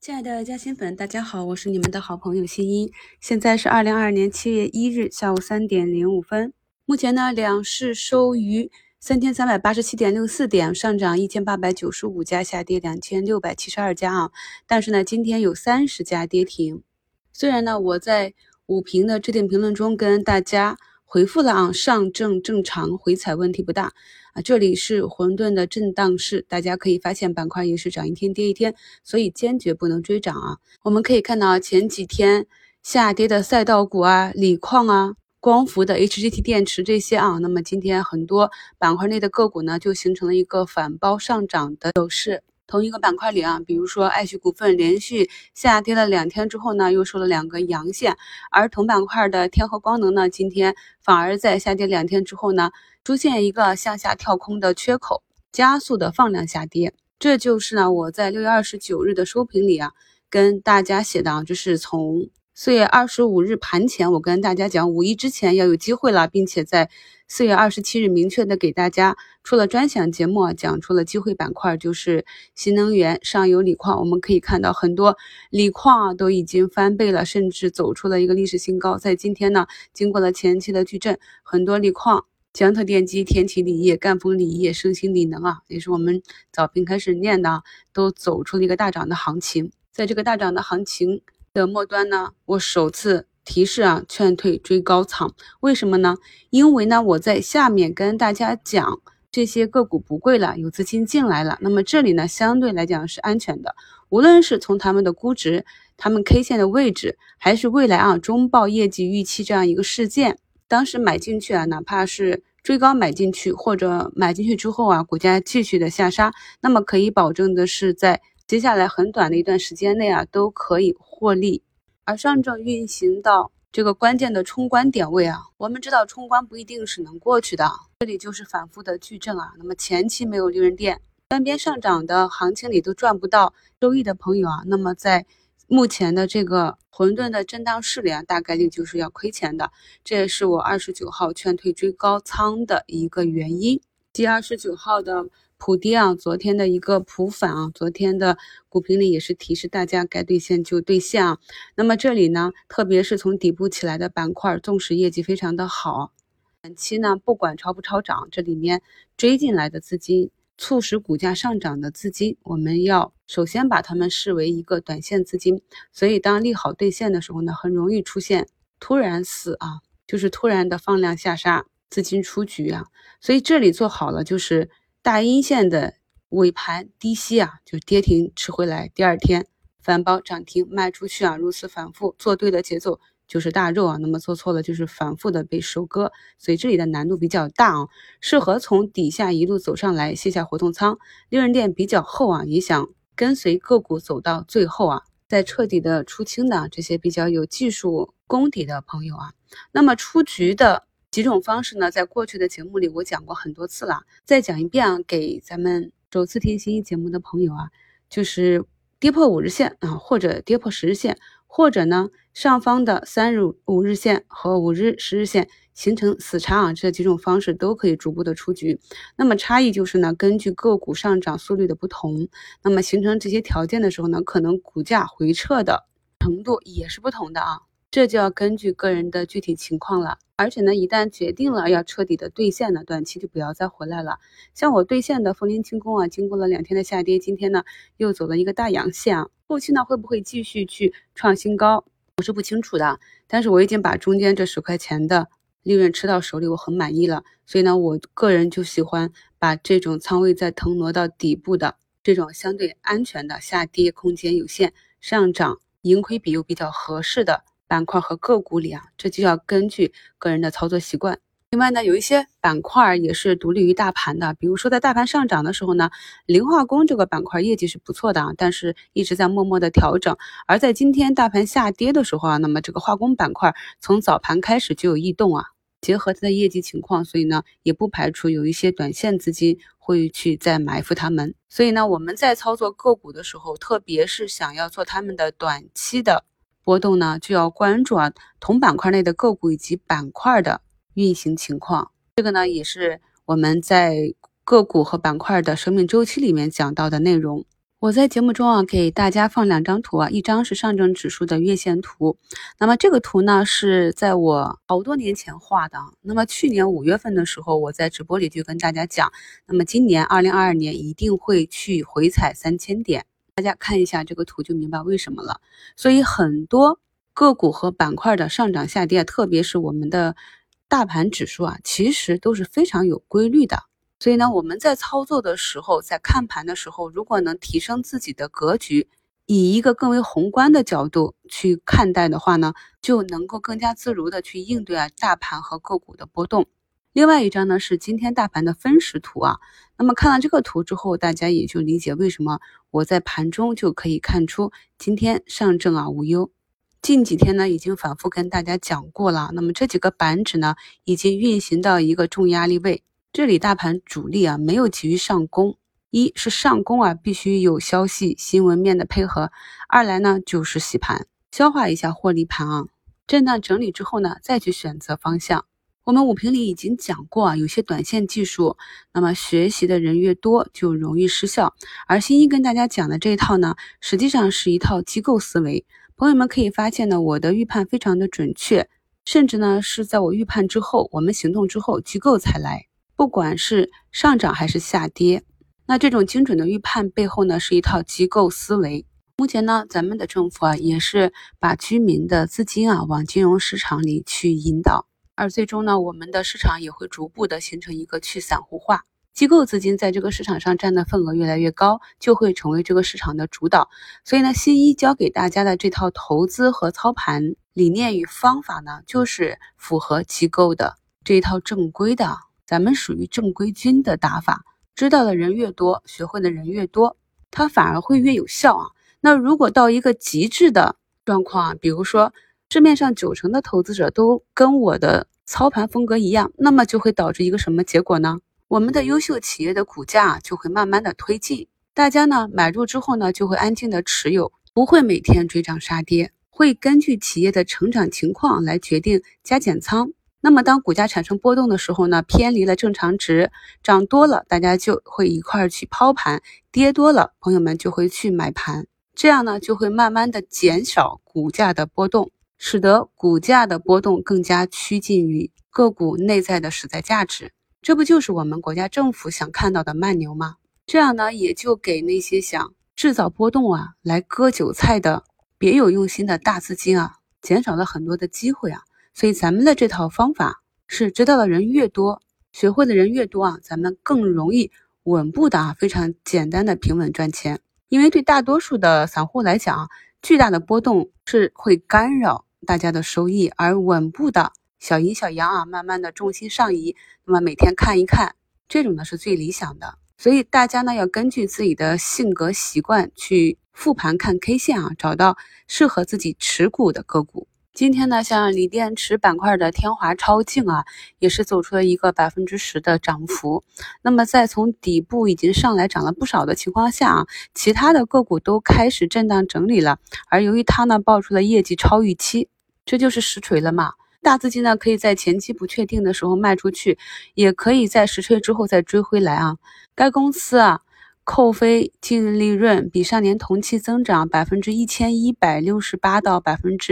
亲爱的嘉兴粉，大家好，我是你们的好朋友新一。现在是2022年7月1日下午3点05分。目前呢，两市收于3387.64点，上涨1895家，下跌2672家啊。但是呢，今天有30家跌停。虽然呢，我在午评的置顶评论中跟大家回复了啊，上证正常，回踩问题不大啊。这里是混沌的震荡市，大家可以发现板块也是涨一天跌一天，所以坚决不能追涨啊。我们可以看到前几天下跌的赛道股啊、锂矿啊、光伏的 HGT 电池这些啊，那么今天很多板块内的个股呢，就形成了一个反包上涨的走势。同一个板块里啊，比如说爱旭股份连续下跌了2天之后呢，又收了2个阳线，而同板块的天合光能呢，今天反而在下跌2天之后呢，出现一个向下跳空的缺口，加速的放量下跌。这就是呢，我在6月29日的收评里啊，跟大家写的，就是从4月25日盘前，我跟大家讲5一之前要有机会了，并且在4月27日明确的给大家出了专享节目，讲出了机会板块，就是新能源、上游锂矿。我们可以看到很多锂矿啊都已经翻倍了，甚至走出了一个历史新高。在今天呢，经过了前期的矩阵，很多锂矿，江特电机、天齐锂业、赣锋锂业、盛兴锂能啊，也是我们早评开始念的，都走出了一个大涨的行情。在这个大涨的行情的末端呢，我首次提示啊，劝退追高仓。为什么呢？因为呢，我在下面跟大家讲，这些个股不贵了，有资金进来了。那么这里呢，相对来讲是安全的，无论是从他们的估值、他们 K 线的位置，还是未来啊中报业绩预期这样一个事件，当时买进去啊，哪怕是追高买进去，或者买进去之后啊，股价继续的下杀，那么可以保证的是在接下来很短的一段时间内啊，都可以获利。而上证运行到这个关键的冲关点位啊，我们知道冲关不一定是能过去的，这里就是反复的矩阵啊。那么前期没有利润垫，单边上涨的行情里都赚不到收益的朋友啊，那么在目前的这个混沌的震荡市里啊，大概率就是要亏钱的。这也是我29号劝退追高仓的一个原因。继29号的普跌啊，昨天的一个普反啊，昨天的股评里也是提示大家该兑现就兑现啊。那么这里呢，特别是从底部起来的板块，纵使业绩非常的好，短期呢不管超不超涨，这里面追进来的资金，促使股价上涨的资金，我们要首先把它们视为一个短线资金。所以当利好兑现的时候呢，很容易出现突然死啊，就是突然的放量下杀，资金出局啊。所以这里做好了，就是大阴线的尾盘低吸啊，就跌停吃回来，第二天反包涨停卖出去啊，如此反复做对的节奏就是大肉啊，那么做错了就是反复的被收割，所以这里的难度比较大啊，适合从底下一路走上来，卸下活动仓，利润垫比较厚啊，也想跟随个股走到最后啊，再彻底的出清的这些比较有技术功底的朋友啊。那么出局的几种方式呢，在过去的节目里我讲过很多次了，再讲一遍啊，给咱们首次听新一节目的朋友啊，就是跌破5日线啊，或者跌破10日线，或者呢上方的3日、5日线和5日、10日线形成死叉啊，这几种方式都可以逐步的出局。那么差异就是呢，根据个股上涨速率的不同，那么形成这些条件的时候呢，可能股价回撤的程度也是不同的啊。这就要根据个人的具体情况了，而且呢，一旦决定了要彻底的兑现呢，短期就不要再回来了。像我兑现的枫林轻工啊，经过了2天的下跌，今天呢又走了一个大阳线啊，后期呢会不会继续去创新高，我是不清楚的。但是我已经把中间这10块钱的利润吃到手里，我很满意了。所以呢，我个人就喜欢把这种仓位再腾挪到底部的这种相对安全的下跌空间有限、上涨盈亏比又比较合适的板块和个股里啊，这就要根据个人的操作习惯。另外呢，有一些板块也是独立于大盘的，比如说在大盘上涨的时候呢，磷化工这个板块业绩是不错的啊，但是一直在默默的调整。而在今天大盘下跌的时候啊，那么这个化工板块从早盘开始就有异动啊，结合它的业绩情况，所以呢，也不排除有一些短线资金会去再埋伏他们。所以呢，我们在操作个股的时候，特别是想要做他们的短期的波动呢，就要关注啊同板块内的个股以及板块的运行情况。这个呢，也是我们在个股和板块的生命周期里面讲到的内容。 我在节目中啊，给大家放2张图啊，一张是上证指数的月线图。那么这个图呢，是在我好多年前画的。那么去年5月份的时候，我在直播里就跟大家讲，那么今年2022年一定会去回踩3000点。大家看一下这个图就明白为什么了。所以很多个股和板块的上涨下跌，特别是我们的大盘指数啊，其实都是非常有规律的。所以呢，我们在操作的时候，在看盘的时候，如果能提升自己的格局，以一个更为宏观的角度去看待的话呢，就能够更加自如的去应对大盘和个股的波动。另外一张呢是今天大盘的分时图啊。那么看到这个图之后，大家也就理解为什么我在盘中就可以看出今天上证无忧。近几天呢已经反复跟大家讲过了，那么这几个板指呢已经运行到一个重压力位。这里大盘主力没有急于上攻，一是上攻必须有消息新闻面的配合，二来呢就是洗盘，消化一下获利盘震荡整理之后呢再去选择方向。我们5评里已经讲过有些短线技术，那么学习的人越多就容易失效，而新一跟大家讲的这一套呢，实际上是一套机构思维。朋友们可以发现呢，我的预判非常的准确，甚至呢是在我预判之后，我们行动之后，机构才来。不管是上涨还是下跌，那这种精准的预判背后呢，是一套机构思维。目前呢，咱们的政府也是把居民的资金往金融市场里去引导，而最终呢，我们的市场也会逐步的形成一个去散户化。机构资金在这个市场上占的份额越来越高，就会成为这个市场的主导。所以呢，新一教给大家的这套投资和操盘理念与方法呢，就是符合机构的这一套正规的。咱们属于正规军的打法，知道的人越多，学会的人越多，它反而会越有效那如果到一个极致的状况比如说市面上90%的投资者都跟我的操盘风格一样，那么就会导致一个什么结果呢？我们的优秀企业的股价就会慢慢的推进，大家呢买入之后呢就会安静的持有，不会每天追涨杀跌，会根据企业的成长情况来决定加减仓。那么当股价产生波动的时候呢，偏离了正常值，涨多了大家就会一块去抛盘，跌多了朋友们就会去买盘，这样呢就会慢慢的减少股价的波动，使得股价的波动更加趋近于个股内在的实在价值。这不就是我们国家政府想看到的慢牛吗？这样呢也就给那些想制造波动来割韭菜的别有用心的大资金减少了很多的机会所以咱们的这套方法是知道的人越多，学会的人越多咱们更容易稳步的非常简单的平稳赚钱。因为对大多数的散户来讲巨大的波动是会干扰大家的收益，而稳步的小阴小阳慢慢的重心上移，那么每天看一看，这种呢是最理想的。所以大家呢要根据自己的性格习惯去复盘看 K 线找到适合自己持股的个股。今天呢，像锂电池板块的天华超净也是走出了一个10%的涨幅。那么在从底部已经上来涨了不少的情况下其他的个股都开始震荡整理了。而由于它呢爆出了业绩超预期，这就是实锤了嘛。大资金呢可以在前期不确定的时候卖出去，也可以在实锤之后再追回来该公司扣非净利润比上年同期增长1168%到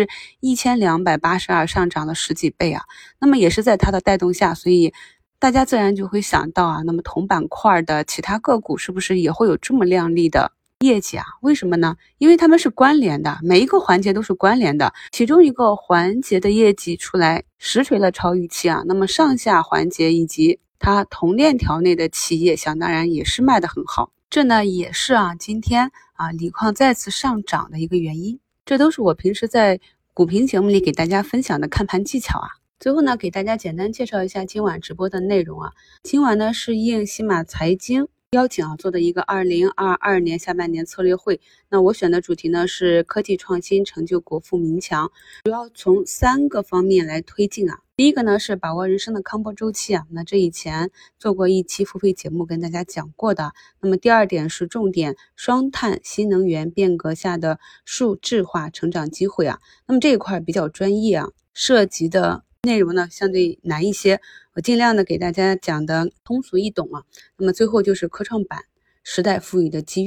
1282%，上涨了10几倍那么也是在它的带动下，所以大家自然就会想到那么同板块的其他个股是不是也会有这么亮丽的业绩为什么呢？因为它们是关联的，每一个环节都是关联的，其中一个环节的业绩出来实锤了超预期那么上下环节以及它同链条内的企业想当然也是卖得很好。这呢也是今天锂矿再次上涨的一个原因。这都是我平时在股评节目里给大家分享的看盘技巧最后呢，给大家简单介绍一下今晚直播的内容今晚呢是应西马财经邀请做的一个2022年下半年策略会。那我选的主题呢是科技创新成就国富民强，主要从3个方面来推进第一个呢是把握人生的康波周期那这以前做过一期付费节目跟大家讲过的。那么第二点是重点双碳新能源变革下的数字化成长机会那么这一块比较专业涉及的内容呢相对难一些，我尽量的给大家讲的通俗易懂那么最后就是科创板时代赋予的机遇。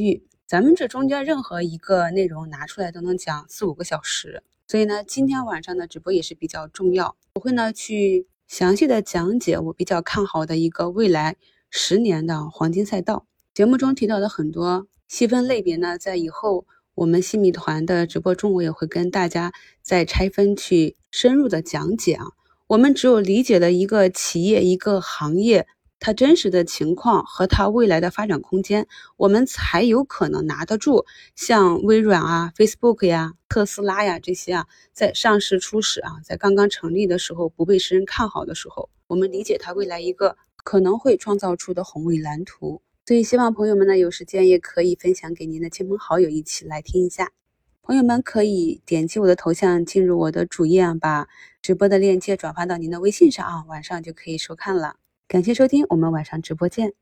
咱们这中间任何一个内容拿出来都能讲4-5个小时。所以呢，今天晚上的直播也是比较重要，我会呢去详细的讲解我比较看好的一个未来10年的黄金赛道。节目中提到的很多细分类别呢，在以后我们新米团的直播中，我也会跟大家再拆分去深入的讲解啊。我们只有理解了一个企业、一个行业它真实的情况和它未来的发展空间，我们才有可能拿得住像微软啊、Facebook 呀、特斯拉呀这些在上市初始在刚刚成立的时候不被世人看好的时候，我们理解它未来一个可能会创造出的宏伟蓝图。所以希望朋友们呢有时间也可以分享给您的亲朋好友一起来听一下。朋友们可以点击我的头像进入我的主页把直播的链接转发到您的微信上晚上就可以收看了。感谢收听，我们晚上直播见。